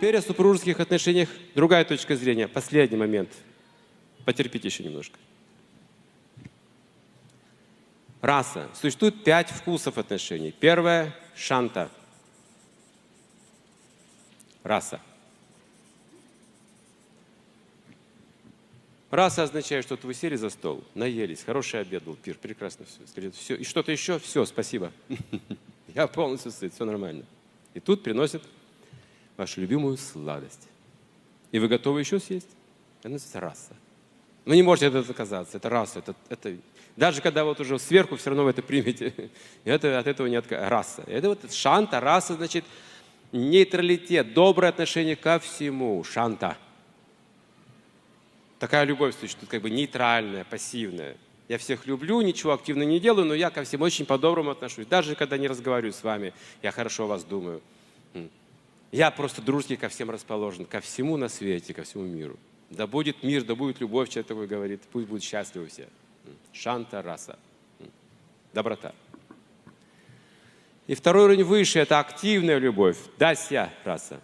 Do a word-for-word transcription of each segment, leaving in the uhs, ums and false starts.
теперь о супружеских отношениях другая точка зрения. Последний момент. Потерпите еще немножко. Раса. Существует пять вкусов отношений. Первое – шанта. Раса. Раса означает, что вы сели за стол, наелись, хороший обед был, пир, прекрасно все. Сказали, все. И что-то еще? Все, спасибо. Я полностью сыт, все нормально. И тут приносят вашу любимую сладость. И вы готовы еще съесть? Это называется раса. Вы не можете от этого отказаться. Это раса. Это, это... Даже когда вот уже сверху все равно вы это примете. Это, от этого не отказывается. Раса. Это вот шанта. Раса значит нейтралитет, доброе отношение ко всему. Шанта. Такая любовь существует, как бы нейтральная, пассивная. Я всех люблю, ничего активно не делаю, но я ко всем очень по-доброму отношусь. Даже когда не разговариваю с вами, я хорошо о вас думаю. Я просто дружески ко всем расположен, ко всему на свете, ко всему миру. Да будет мир, да будет любовь, человек такой говорит, пусть будут счастливы все. Шанта, раса. Доброта. И второй уровень выше – это активная любовь. Дасья, раса.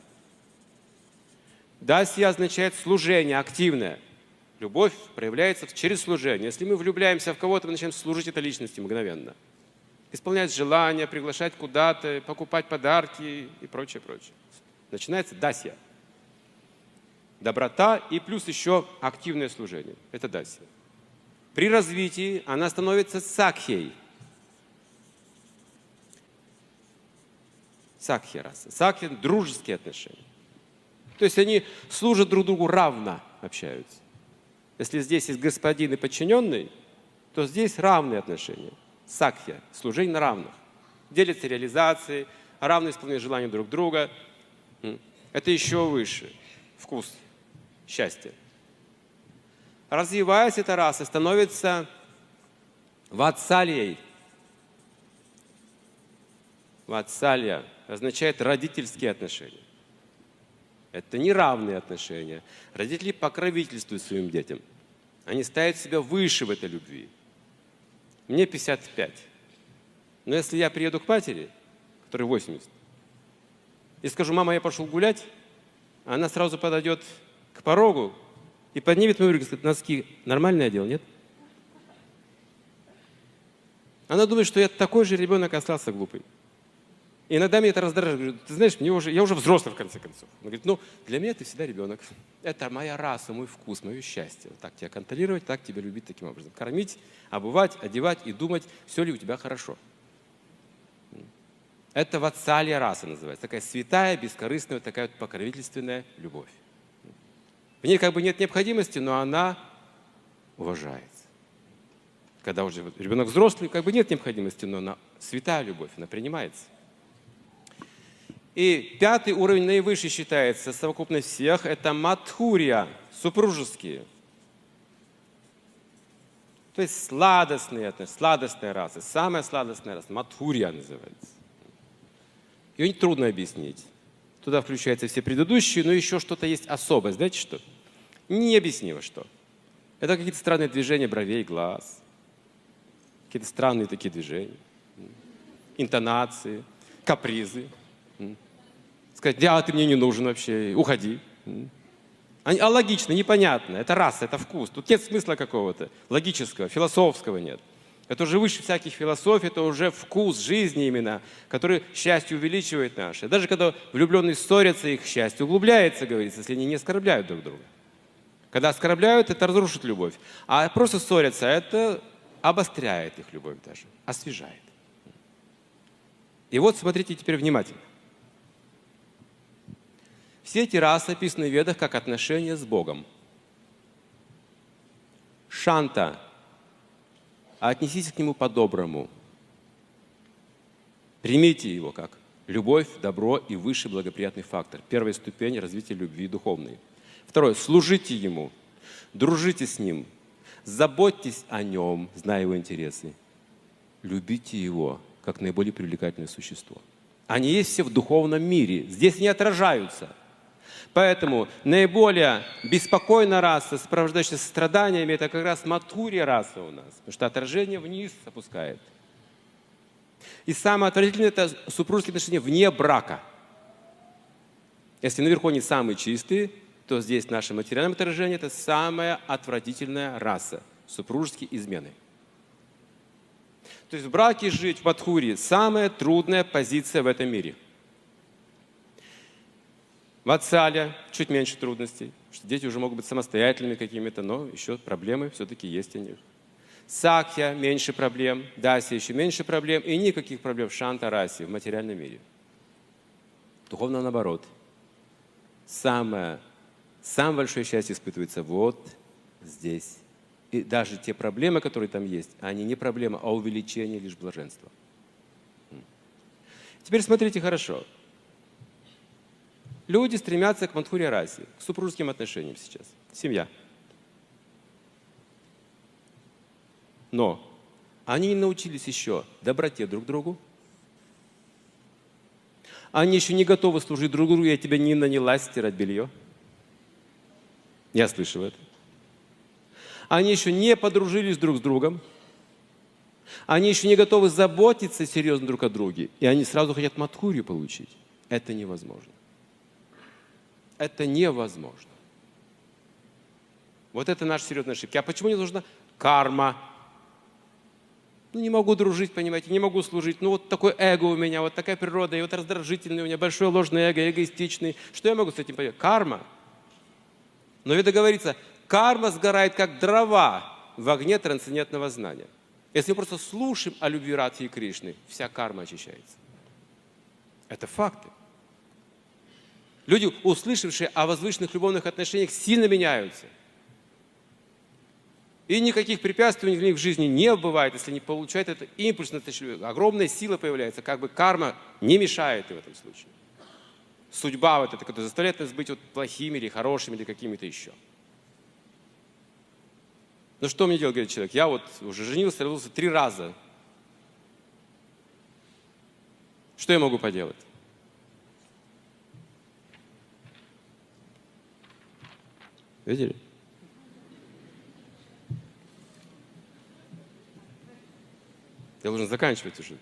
Дасья означает служение, активное. Любовь проявляется через служение. Если мы влюбляемся в кого-то, мы начинаем служить этой личности мгновенно. Исполнять желания, приглашать куда-то, покупать подарки и прочее, прочее. Начинается дасья. Доброта и плюс еще активное служение. Это дасья. При развитии она становится сакхей. Сакхи раса. Сакхи – дружеские отношения. То есть они служат друг другу равно, общаются. Если здесь есть господин и подчиненный, то здесь равные отношения. Сакхья – служение на равных. Делятся реализацией, равно исполняют желания друг друга. Это еще выше. Вкус счастья. Развиваясь, эта раса становится ватсальей. Ватсалья означает родительские отношения. Это неравные отношения. Родители покровительствуют своим детям. Они ставят себя выше в этой любви. Мне пятьдесят пять. Но если я приеду к матери, которой восемьдесят, и скажу, мама, я пошел гулять, она сразу подойдет к порогу и поднимет мои носки. Нормальное дело, нет? Она думает, что я такой же ребенок остался глупый. И иногда меня это раздражает. Говорю, ты знаешь, мне уже, я уже взрослый в конце концов. Она говорит, ну, для меня ты всегда ребенок. Это моя раса, мой вкус, мое счастье. Так тебя контролировать, так тебя любить таким образом. Кормить, обувать, одевать и думать, все ли у тебя хорошо. Это ватсалья раса называется. Такая святая, бескорыстная, такая вот покровительственная любовь. В ней как бы нет необходимости, но она уважается. Когда уже ребенок взрослый, как бы нет необходимости, но она святая любовь, она принимается. И пятый уровень наивысший считается, совокупность всех, это мадхурья, супружеские. То есть сладостные, сладостная раса, самая сладостная раса, мадхурья называется. Ее трудно объяснить. Туда включаются все предыдущие, но еще что-то есть особое. Знаете что? Необъяснимо что. Это какие-то странные движения бровей, глаз. Какие-то странные такие движения. Интонации, капризы. Сказать, да, ты мне не нужен вообще, уходи. А логично, непонятно. Это раса, это вкус. Тут нет смысла какого-то логического, философского нет. Это уже выше всяких философий, это уже вкус жизни именно, который счастье увеличивает наше. Даже когда влюбленные ссорятся, их счастье углубляется, говорится, если они не оскорбляют друг друга. Когда оскорбляют, это разрушит любовь. А просто ссорятся, это обостряет их любовь даже, освежает. И вот смотрите теперь внимательно. Все эти расы описаны в Ведах как отношения с Богом. Шанта. А отнеситесь к нему по-доброму. Примите его как любовь, добро и высший благоприятный фактор. Первая ступень развития любви духовной. Второе. Служите ему. Дружите с ним. Заботьтесь о нем, зная его интересы. Любите его как наиболее привлекательное существо. Они есть все в духовном мире. Здесь не отражаются. Поэтому наиболее беспокойная раса, сопровождающаяся страданиями, это как раз мадхурья раса у нас. Потому что отражение вниз опускает. И самое отвратительное – это супружеские отношения вне брака. Если наверху они самые чистые, то здесь в нашем материальном отражении это самая отвратительная раса – супружеские измены. То есть в браке жить в Мадхурии – самая трудная позиция в этом мире. В Ватсале чуть меньше трудностей, что дети уже могут быть самостоятельными какими-то, но еще проблемы все-таки есть у них. Сакхья – меньше проблем, Дасья – еще меньше проблем, и никаких проблем в Шанта-расе, в материальном мире. Духовно наоборот. Самое, самое большое счастье испытывается вот здесь. И даже те проблемы, которые там есть, они не проблемы, а увеличение лишь блаженства. Теперь смотрите хорошо. Люди стремятся к Мадхурья-расе, к супружеским отношениям сейчас. Семья. Но они не научились еще доброте друг другу. Они еще не готовы служить друг другу. Я тебя не наняла стирать белье. Я слышу это. Они еще не подружились друг с другом. Они еще не готовы заботиться серьезно друг о друге. И они сразу хотят Мадхурью получить. Это невозможно. Это невозможно. Вот это наши серьезные ошибки. А почему не нужна карма? Ну, не могу дружить, понимаете, не могу служить. Ну, вот такое эго у меня, вот такая природа, и вот раздражительный у меня, большое ложное эго, эгоистичный. Что я могу с этим поделать? Карма. Но ведь говорится, карма сгорает, как дрова в огне трансцендентного знания. Если мы просто слушаем о любви Радхи и Кришны, вся карма очищается. Это факты. Люди, услышавшие о возвышенных любовных отношениях, сильно меняются. И никаких препятствий у них в жизни не бывает, если они получают это импульсно. Огромная сила появляется, как бы карма не мешает и в этом случае. Судьба вот эта, которая заставляет нас быть вот плохими или хорошими, или какими-то еще. Ну что мне делать, говорит человек? Я вот уже женился, развелся три раза. Что я могу поделать? Видели? Я должен заканчивать уже.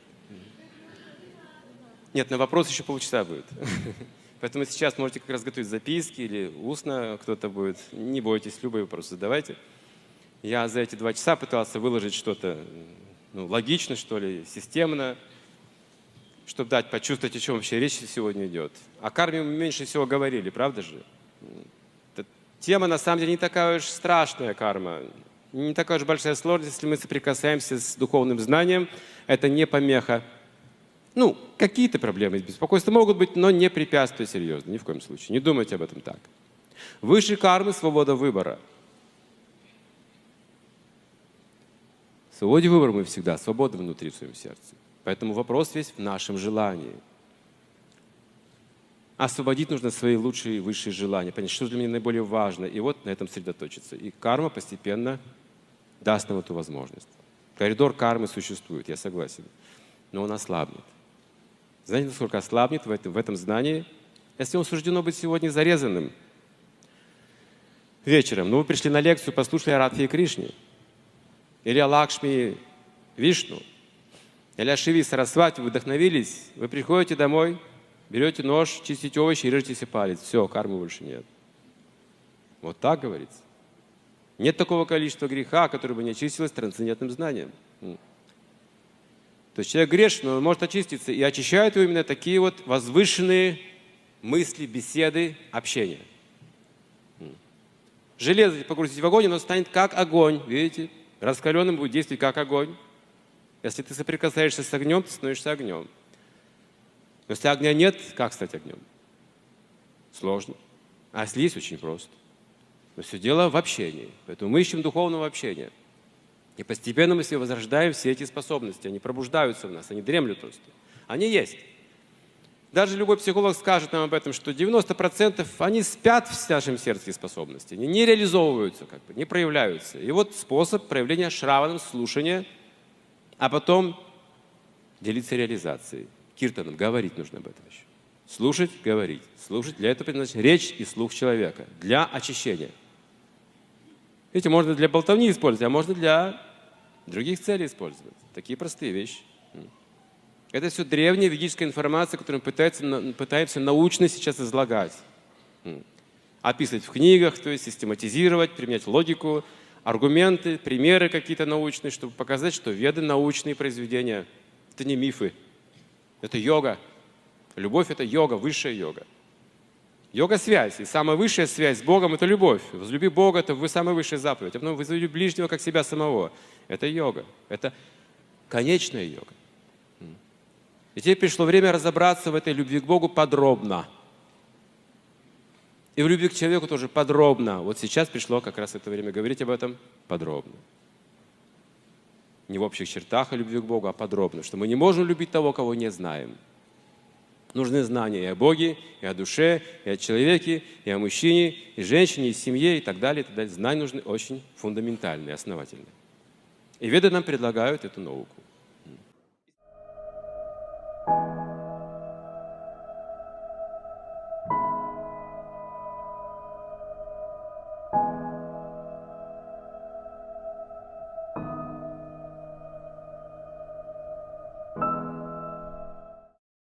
Нет, на вопрос еще полчаса будет. Поэтому сейчас можете как раз готовить записки или устно кто-то будет. Не бойтесь, любые вопросы задавайте. Я за эти два часа пытался выложить что-то ну, логично, что ли, системно, чтобы дать почувствовать, о чем вообще речь сегодня идет. О карме мы меньше всего говорили, правда же? Эта тема на самом деле не такая уж страшная, карма. Не такая уж большая сложность, если мы соприкасаемся с духовным знанием. Это не помеха. Ну, какие-то проблемы и беспокойства могут быть, но не препятствия серьезно, ни в коем случае. Не думайте об этом так. Выше кармы – свобода выбора. В свободе выбора мы всегда свободны внутри в своем сердце. Поэтому вопрос весь в нашем желании. Освободить нужно свои лучшие и высшие желания, понять, что для меня наиболее важно, и вот на этом сосредоточиться. И карма постепенно даст нам эту возможность. Коридор кармы существует, я согласен, но он ослабнет. Знаете, насколько ослабнет в этом, в этом знании, если он суждено быть сегодня зарезанным вечером? Ну, вы пришли на лекцию, послушали о Радхе и Кришне, или о Лакшми Вишну, или о Шиве и Сарасвати, вы вдохновились, вы приходите домой, берете нож, чистите овощи и режете себе палец. Все, кармы больше нет. Вот так говорится. Нет такого количества греха, которое бы не очистилось трансцендентным знанием. То есть человек грешный, но он может очиститься. И очищают его именно такие вот возвышенные мысли, беседы, общения. Железо погрузить в огонь, оно станет как огонь. Видите? Раскаленным будет действовать как огонь. Если ты соприкасаешься с огнем, ты становишься огнем. Но если огня нет, как стать огнем? Сложно. А если есть, очень просто. Но все дело в общении. Поэтому мы ищем духовного общения. И постепенно мы себе возрождаем все эти способности. Они пробуждаются в нас, они дремлют просто. Они есть. Даже любой психолог скажет нам об этом, что девяносто процентов они спят в нашем сердце способности. Они не реализовываются, как бы, не проявляются. И вот способ проявления шраваном, слушания, а потом делиться реализацией. Киртаном, говорить нужно об этом еще. Слушать, говорить. Слушать, для этого предназначена речь и слух человека. Для очищения. Видите, можно для болтовни использовать, а можно для других целей использовать. Такие простые вещи. Это все древняя ведическая информация, которую мы пытаемся, пытаемся научно сейчас излагать. Описывать в книгах, то есть систематизировать, применять логику, аргументы, примеры какие-то научные, чтобы показать, что веды — научные произведения. Это не мифы, это йога. Любовь — это йога, высшая йога. Йога-связь. И самая высшая связь с Богом — это любовь. Возлюби Бога — это вы самая высшая заповедь. А потом возлюби ближнего, как себя самого. Это йога. Это конечная йога. И теперь пришло время разобраться в этой любви к Богу подробно. И в любви к человеку тоже подробно. Вот сейчас пришло как раз это время говорить об этом подробно. Не в общих чертах о любви к Богу, а подробно. Что мы не можем любить того, кого не знаем. Нужны знания и о Боге, и о душе, и о человеке, и о мужчине, и женщине, и семье, и так далее. И так далее. Знания нужны очень фундаментальные, основательные. И веды нам предлагают эту науку.